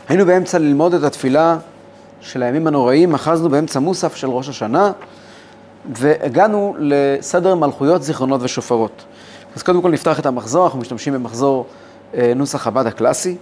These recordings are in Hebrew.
היינו באמצע ללמוד את התפילה של הימים הנוראים, אחזנו באמצע מוסף של ראש השנה, והגענו לסדר מלכויות, זיכרונות ושופרות. אז קודם כל נפתח את המחזור, אנחנו משתמשים במחזור נוסח חב"ד הקלאסי.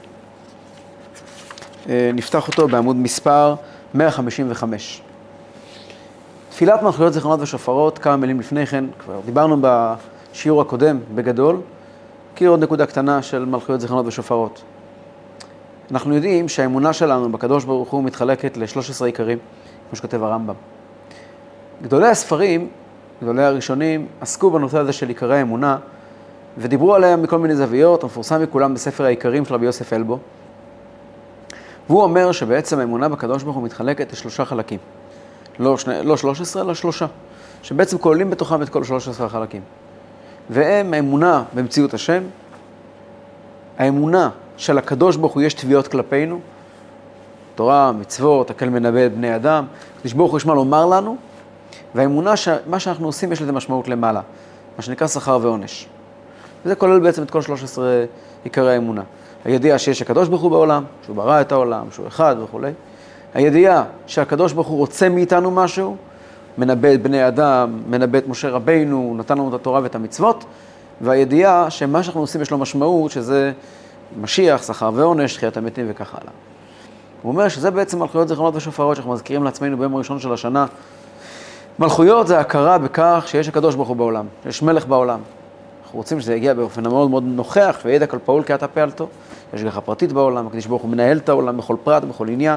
נפתח אותו בעמוד מספר 155. תפילת מלכויות, זיכרונות ושופרות, כמה מילים לפני כן, כבר דיברנו בשיעור הקודם בגדול, כי עוד נקודה קטנה של מלכויות, זיכרונות ושופרות. אנחנו יודעים שהאמונה שלנו בקדוש ברוך הוא מתחלקת ל13 עיקרים, כמו שכותב הרמב"ם. גדולי הספרים, גדולי הראשונים, עסקו בנושא הזה של עיקרי האמונה, ודיברו עליהם מכל מיני זוויות, המפורסם מכולם בספר העיקרים של רבי יוסף אלבו. והוא אומר שבעצם האמונה בקדוש ברוך הוא מתחלקת ל3 חלקים. לא 13, אלא 3, שבעצם כוללים בתוכם את כל 13 החלקים. והם האמונה במציאות השם, האמונה של הקדוש ברוך הוא יש תביעות כלפינו, תורה, מצוות, הקל מנבא את בני אדם, הקדוש ברוך הוא יש מה לומר לנו, והאמונה שמה שאנחנו עושים יש לזה משמעות למעלה, מה שנקרא שכר ועונש. וזה כולל בעצם את כל 13 עיקרי האמונה. הידיעה שיש הקדוש ברוך הוא בעולם, שהוא ברא את העולם, שהוא אחד וכו'. הידיעה שהקדוש ברוך הוא רוצה מאיתנו משהו, מנבא את בני אדם, מנבא את משה רבינו, נתן לנו את התורה ואת המצוות, והידיעה שמה שאנחנו עושים יש לו משמעות, שזה משיח, שכר ועונש, תחיית המתים וכך הלאה. הוא אומר שזה בעצם מלכויות, זיכרונות ושופרות שאנחנו מזכירים לעצמנו ביום הראשון של השנה. מלכויות זה הכרה בכך שיש הקדוש ברוך הוא בעולם, יש מלך בעולם. אנחנו רוצים שזה יגיע באופן מאוד מאוד נוכח, וידע כל פעול כי אתה פעלתו. יש גחה פרטית בעולם, הקדוש ברוך הוא מנהל את העולם בכל פרט, בכל עניין.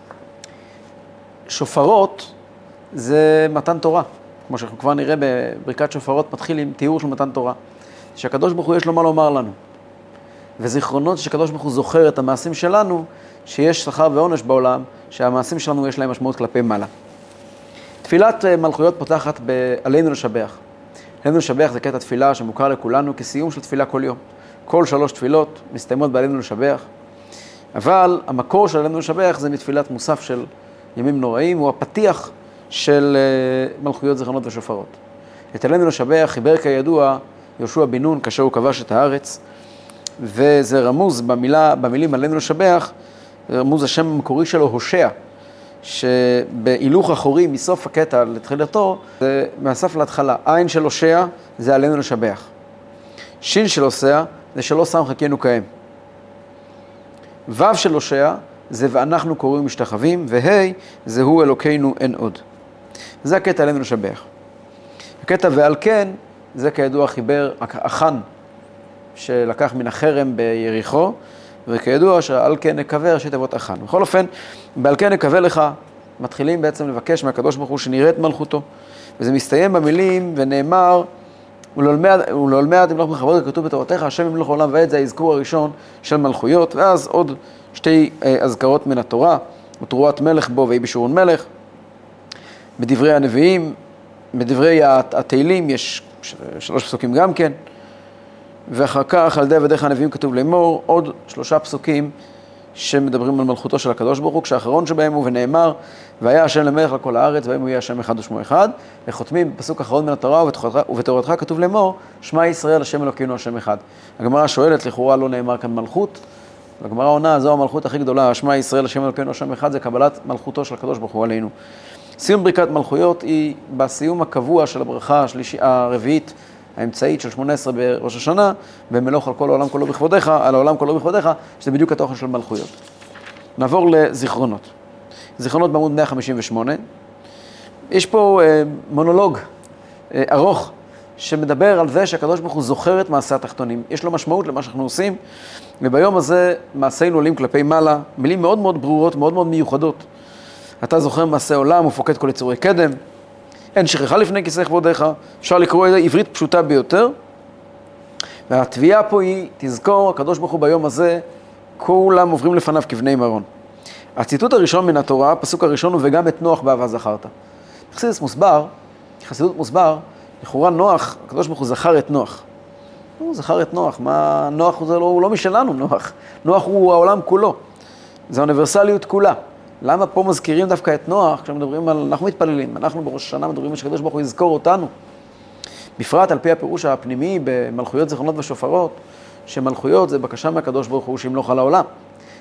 שופרות זה מתן תורה. כמו שאנחנו כבר נראה בברכת שופרות, מתחיל עם תיאור של מתן תורה. שהקדוש ברוך הוא יש לו מה לומר לנו. וזיכרונות שהקדוש ברוך הוא זוכר את המעשים שלנו, שיש שכר ועונש בעולם, שהמעשים שלנו יש להם משמעות כלפי מעלה. תפילת מלכויות פותחת עלינו לשבח. עלינו לשבח זה קטע תפילה שמוכר לכולנו כסיום של תפילה כל יום. כל 3 תפילות מסתיימות בעלינו לשבח. אבל המקור של עלינו לשבח זה מתפילת מוסף של ימים נוראים, הוא הפתיח של מלכויות, זיכרונות ושופרות. את עלינו לשבח חיבר כידוע יהושע בן נון כאשר הוא כבש את הארץ, וזה רמוז במילים עלינו לשבח, רמוז השם המקורי שלו הושע, שבהילוך אחורי מסוף הקטע לתחילתו, זה מהסף להתחלה. עין של הושע זה עלינו לשבח. שין של הושע זה שלא שם חכינו קיים. וו של הושע זה ואנחנו קוראים משתחווים, והי זה הוא אלוקינו אין עוד. זה הקטע עלינו לשבח. הקטע ועל כן זה כידוע חיבר החן שלקח מן החרם ביריחו, וכידוע שעל כן נקווה ראשי תיבות החן. בכל אופן, בעל כן נקווה לך, מתחילים בעצם לבקש מהקדוש ברוך הוא שנראה את מלכותו. וזה מסתיים במילים ונאמר, ולעולמי עד ימלוך בכבוד ככתוב בתורתך, השם ימלוך עולם ועד, זה האזכור הראשון של מלכויות, ואז עוד 2 אזכרות מן התורה, ותרועת מלך בו והיא בשורון מלך. בדברי הנביאים, בדברי התהילים יש 3 פסוקים גם כן, ואחר כך על די עבדיך הנביאים כתוב לאמור, עוד 3 פסוקים שמדברים על מלכותו של הקדוש ברוך הוא, כשהאחרון שבהם הוא ונאמר, והיה השם למלך על כל הארץ, והם הוא יהיה השם אחד ושמו אחד, וחותמים בפסוק האחרון מן התורה, ובתורתך כתוב לאמור, שמע ישראל השם אלוקינו השם אחד. הגמרא שואלת, לכאורה לא נאמר כאן מלכות, הגמרא עונה, זו המלכות הכי גדולה, שמע ישראל השם אלוקינו השם אחד, זה קבלת מלכותו של הקדוש ברוך הוא עלינו. סיום ברכת מלכויות היא בסיום הקבוע של הברכה הרביעית, האמצעית של 18 בראש השנה, במלוך על כל העולם כולו בכבודך, על העולם כולו בכבודך, שזה בדיוק התוכן של מלכויות. נעבור לזיכרונות. זיכרונות בעמוד 158. יש פה מונולוג ארוך, שמדבר על זה שהקדוש ברוך הוא זוכר את מעשה התחתונים. יש לו משמעות למה שאנחנו עושים, וביום הזה מעשינו עולים כלפי מעלה, מילים מאוד מאוד ברורות, מאוד מאוד מיוחדות. אתה זוכר מעשה עולם ופוקד כל יצורי קדם, אין שכחה לפני כיסא כבודך, אפשר לקרוא את זה עברית פשוטה ביותר. והתביעה פה היא, תזכור, הקדוש ברוך הוא ביום הזה, כולם עוברים לפניו כבני מרון. הציטוט הראשון מן התורה, הפסוק הראשון הוא וגם את נוח באהבה זכרת. חסידות מוסבר, לכאורה נוח, הקדוש ברוך הוא זכר את נוח. הוא זכר את נוח, מה נוח הוא לא משלנו נוח. נוח הוא העולם כולו. זה האוניברסליות כולה. למה פה מזכירים דווקא את נוח, כשמדברים על, אנחנו מתפללים, אנחנו בראש השנה מדברים שקדוש ברוך הוא יזכור אותנו. בפרט על פי הפירוש הפנימי במלכויות, זיכרונות ושופרות, שמלכויות זה בקשה מהקדוש ברוך הוא שימלוך על העולם.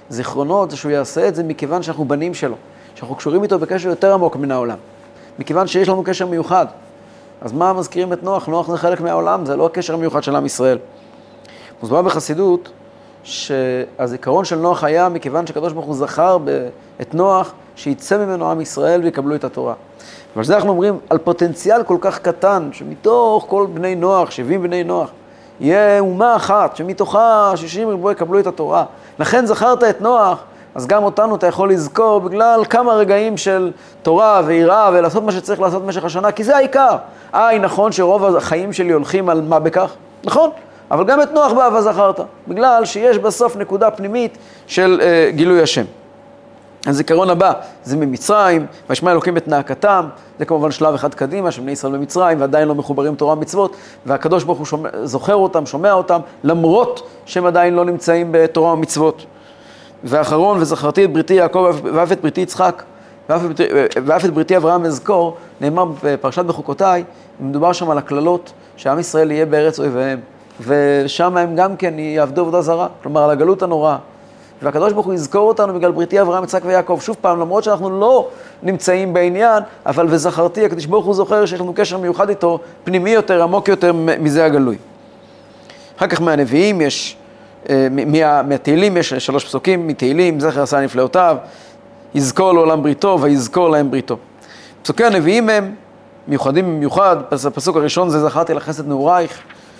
זיכרונות זה שהוא יעשה את זה מכיוון שאנחנו בנים שלו, שאנחנו קשורים איתו בקשר יותר עמוק מן העולם, מכיוון שיש לנו קשר מיוחד. אז מה מזכירים את נוח? נוח זה חלק מהעולם, זה לא הקשר המיוחד של עם ישראל. מוסבר בחסידות שהזיכרון של נוח היה מכיוון שהקדוש ברוך הוא זכר את נוח שיצא ממנו עם ישראל ויקבלו את התורה. אבל זה אנחנו אומרים על פוטנציאל כל כך קטן, שמתוך כל בני נוח, 70 בני נוח, יהיה אומה אחת, שמתוכה 60 ריבוע יקבלו את התורה. לכן זכרת את נוח, אז גם אותנו אתה יכול לזכור בגלל כמה רגעים של תורה ויראה ולעשות מה שצריך לעשות במשך השנה, כי זה העיקר. נכון שרוב החיים שלי הולכים על מה בכך? נכון, אבל גם את נוח באהבה זכרת, בגלל שיש בסוף נקודה פנימית של גילוי השם. הזיכרון הבא זה ממצרים, וישמע אלוקים את נאקתם, זה כמובן שלב אחד קדימה, שבני ישראל במצרים ועדיין לא מחוברים תורה ומצוות, והקדוש ברוך הוא זוכר אותם, שומע אותם, למרות שהם עדיין לא נמצאים בתורה ומצוות. ואחרון, וזכרתי את בריתי יעקב ואף את בריתי יצחק, ואף את בריתי אברהם אזכור, נאמר בפרשת בחוקותיי, מדובר שם על הכללות, שעם ישראל יהיה בארץ אויביהם, ושם הם גם כן יעבדו עבודה זרה, כלומר על הגלות הנוראה. והקדוש ברוך הוא יזכור אותנו בגלל בריתי אברהם, יצחק ויעקב. שוב פעם, למרות שאנחנו לא נמצאים בעניין, אבל וזכרתי, הקדוש ברוך הוא זוכר שיש לנו קשר מיוחד איתו, פנימי יותר, עמוק יותר מזה הגלוי. אחר כך מהנביאים יש, מהתהילים יש 3 פסוקים, מתהילים, זכר עשה נפלאותיו, יזכור לעולם בריתו ויזכור להם בריתו. פסוקי הנביאים הם מיוחדים במיוחד, הפסוק הראשון זה זכרתי לחסד נעורייך,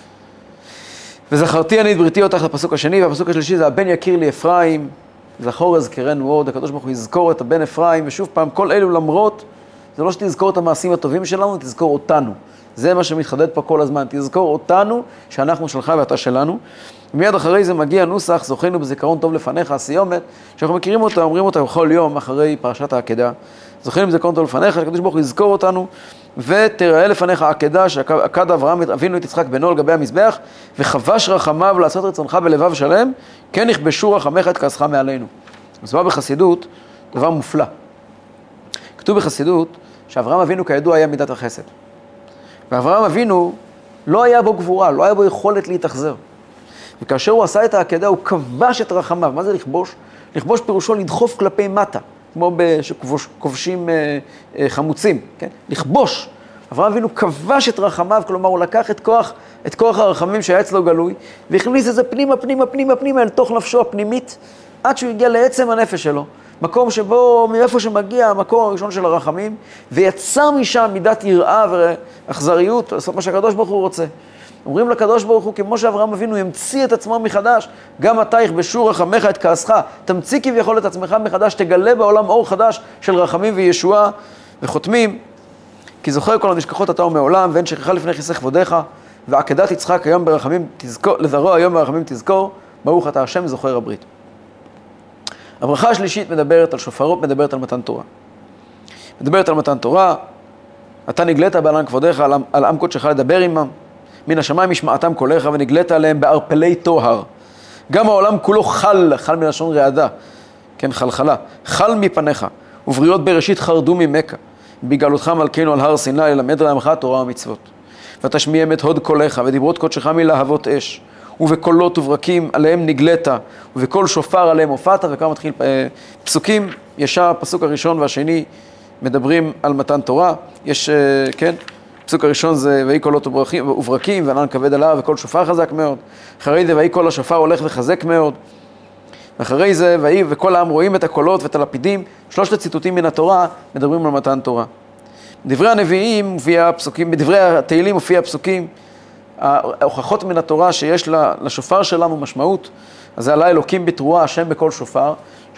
וזכרתי אני את בריתי אותך לפסוק השני, והפסוק השלישי זה הבן יקיר לי אפרים, זכור אזכרנו עוד, הקדוש ברוך הוא יזכור את הבן אפרים, ושוב פעם, כל אלו למרות, זה לא שתזכור את המעשים הטובים שלנו, תזכור אותנו. זה מה שמתחדד פה כל הזמן, תזכור אותנו, שאנחנו שלך ואתה שלנו. ומיד אחרי זה מגיע נוסח, זוכרנו בזיכרון טוב לפניך, הסיומת, שאנחנו מכירים אותה, אומרים אותה בכל יום אחרי פרשת העקדה. זוכרנו בזיכרון טוב לפניך, שהקדוש ברוך הוא יזכור אותנו, ותראה לפניך העקדה, שעקד אברהם אבינו את יצחק בנו על גבי המזבח, וחבש רחמיו לעשות רצונך בלבב שלם, כן יכבשו רחמך את כעסך מעלינו. מסובר בחסידות, דבר מופלא. כתוב בחסידות, שאברהם אבינו כידוע היה מידת החסד. ואברהם אבינו לא היה בו גבורה, לא היה בו יכולת להתאכזר. וכאשר הוא עשה את העקדה, הוא כבש את רחמיו. מה זה לכבוש? לכבוש פירושו לדחוף כלפי מטה, כמו שכובשים חמוצים, כן? לכבוש. אברהם אבינו כבש את רחמיו, כלומר הוא לקח את כוח הרחמים שהיה אצלו גלוי, והכניס את זה פנימה אל תוך נפשו הפנימית, עד שהוא הגיע לעצם הנפש שלו. מקום שבו, מאיפה שמגיע המקום הראשון של הרחמים, ויצא משם מידת יראה ואכזריות, לעשות מה שהקדוש ברוך הוא רוצה. אומרים לקדוש ברוך הוא, כמו שאברהם אבינו המציא את עצמו מחדש, גם אתה יכבשו רחמך את כעסך, תמציא כביכול את עצמך מחדש, תגלה בעולם אור חדש של רחמים וישועה, וחותמים, כי זוכר כל הנשכחות אתה ומעולם, ואין שכחה לפני כיסא כבודיך, ועקדת יצחק היום ברחמים תזכור, לזרוע היום ברחמים תזכור, ברוך אתה השם זוכר הברית. הברכה השלישית מדברת על שופרות, מדברת על מתן תורה. מדברת על מתן תורה, אתה נגלית בעלן כבודיך על עם קודשך לדבר עמם, מן השמיים משמעתם קולך ונגלית עליהם בערפלי טוהר. גם העולם כולו חל מלשון רעדה, כן, חלחלה, חל מפניך, ובריות בראשית חרדו ממכה, בגלותך מלכנו על הר סיני ללמד לעמך תורה ומצוות. ותשמיעם את הוד קולך ודיברות קודשך מלהבות אש. ובקולות וברקים עליהם נגלית, ובקול שופר עליהם הופעת, וכמה מתחיל פסוקים, ישר הפסוק הראשון והשני מדברים על מתן תורה, יש, כן, הפסוק הראשון זה ויהי קולות וברקים, וענן כבד על ההר, וקול שופר חזק מאוד, אחרי זה ויהי קול השופר הולך וחזק מאוד, ואחרי זה ויהי וכל העם רואים את הקולות ואת הלפידים, 3 ציטוטים מן התורה מדברים על מתן תורה. בדברי הנביאים מופיע הפסוקים, בדברי התהילים מופיע הפסוקים, ההוכחות מן התורה שיש לשופר שלנו משמעות, אז זה עלה אלוקים בתרועה, השם בכל שופר,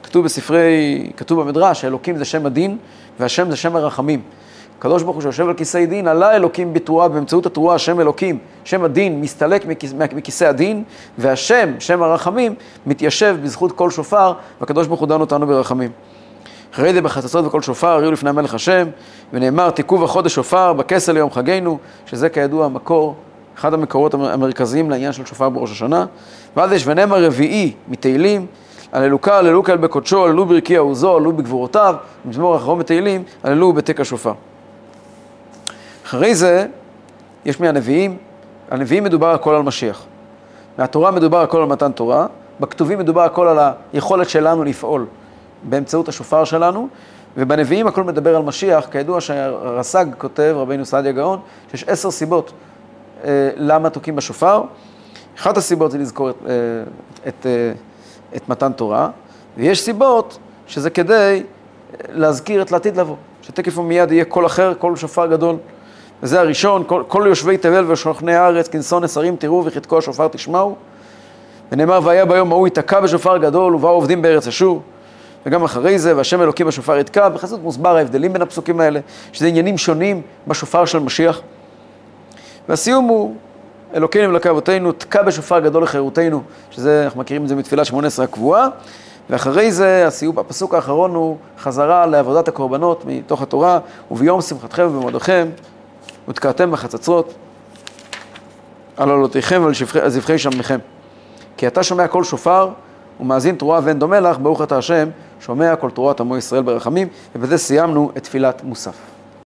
כתוב במדרש, האלוקים זה שם הדין, והשם זה שם הרחמים. הקדוש ברוך הוא שיושב על כיסא דין, עלה אלוקים בתרועה, באמצעות התרועה, השם אלוקים, שם הדין מסתלק מכיסא הדין, והשם, שם הרחמים, מתיישב בזכות כל שופר, והקדוש ברוך הוא דן אותנו ברחמים. אחרי זה בחצוצות וכל שופר, הריעו לפני המלך השם, ונאמר תיקוב החודש שופר בכסל ליום חגנו, שזה כידוע המקור, אחד המקורות המרכזיים לעניין של שופר בראש השנה. ואז יש ונאמר רביעי מתהילים, הללוקה, הללוקה אל בקודשו, הללו ברכי העוזו, הללו בגבורותיו, במזמור האחרון בתהילים, הללו בתק השופר. אחרי זה, יש מהנביאים, הנביאים מדובר הכל על משיח. מהתורה מדובר הכל על מתן תורה, בכתובים מדובר הכל על היכולת שלנו לפעול באמצעות השופר שלנו, ובנביאים הכל מדבר על משיח, כידוע שהרס"ג כותב, רבינו סעדיה גאון, שיש 10 סיבות למה תוקעים בשופר. אחת הסיבות זה לזכור את מתן תורה, ויש סיבות שזה כדי להזכיר את לעתיד לבוא, שתקף ומיד יהיה קול אחר, קול שופר גדול. וזה הראשון, כל יושבי תבל ושוכני הארץ, כנסון נסרים תראו וחתקו השופר תשמעו. ונאמר, והיה ביום ההוא ייתקע בשופר גדול, ובאו עובדים בארץ אשור. וגם אחרי זה, והשם אלוקים בשופר יתקע. בחסות מוסבר ההבדלים בין הפסוקים האלה, שזה עניינים שונים בשופר של משיח. והסיום הוא, אלוקינו ולוקי אבותינו, תקע בשופר גדול לחירותנו, שזה, אנחנו מכירים את זה מתפילת 18 הקבועה. ואחרי זה, הפסוק האחרון הוא חזרה לעבודת הקורבנות מתוך התורה, וביום שמחתכם ובמועדכם, ותקעתם בחצוצרות על עלותיכם ועל זבחי שמכם. כי אתה שומע קול שופר ומאזין תרועה ואין דומה לך, ברוך אתה השם, שומע קול תרועת עמו ישראל ברחמים. ובזה סיימנו את תפילת מוסף.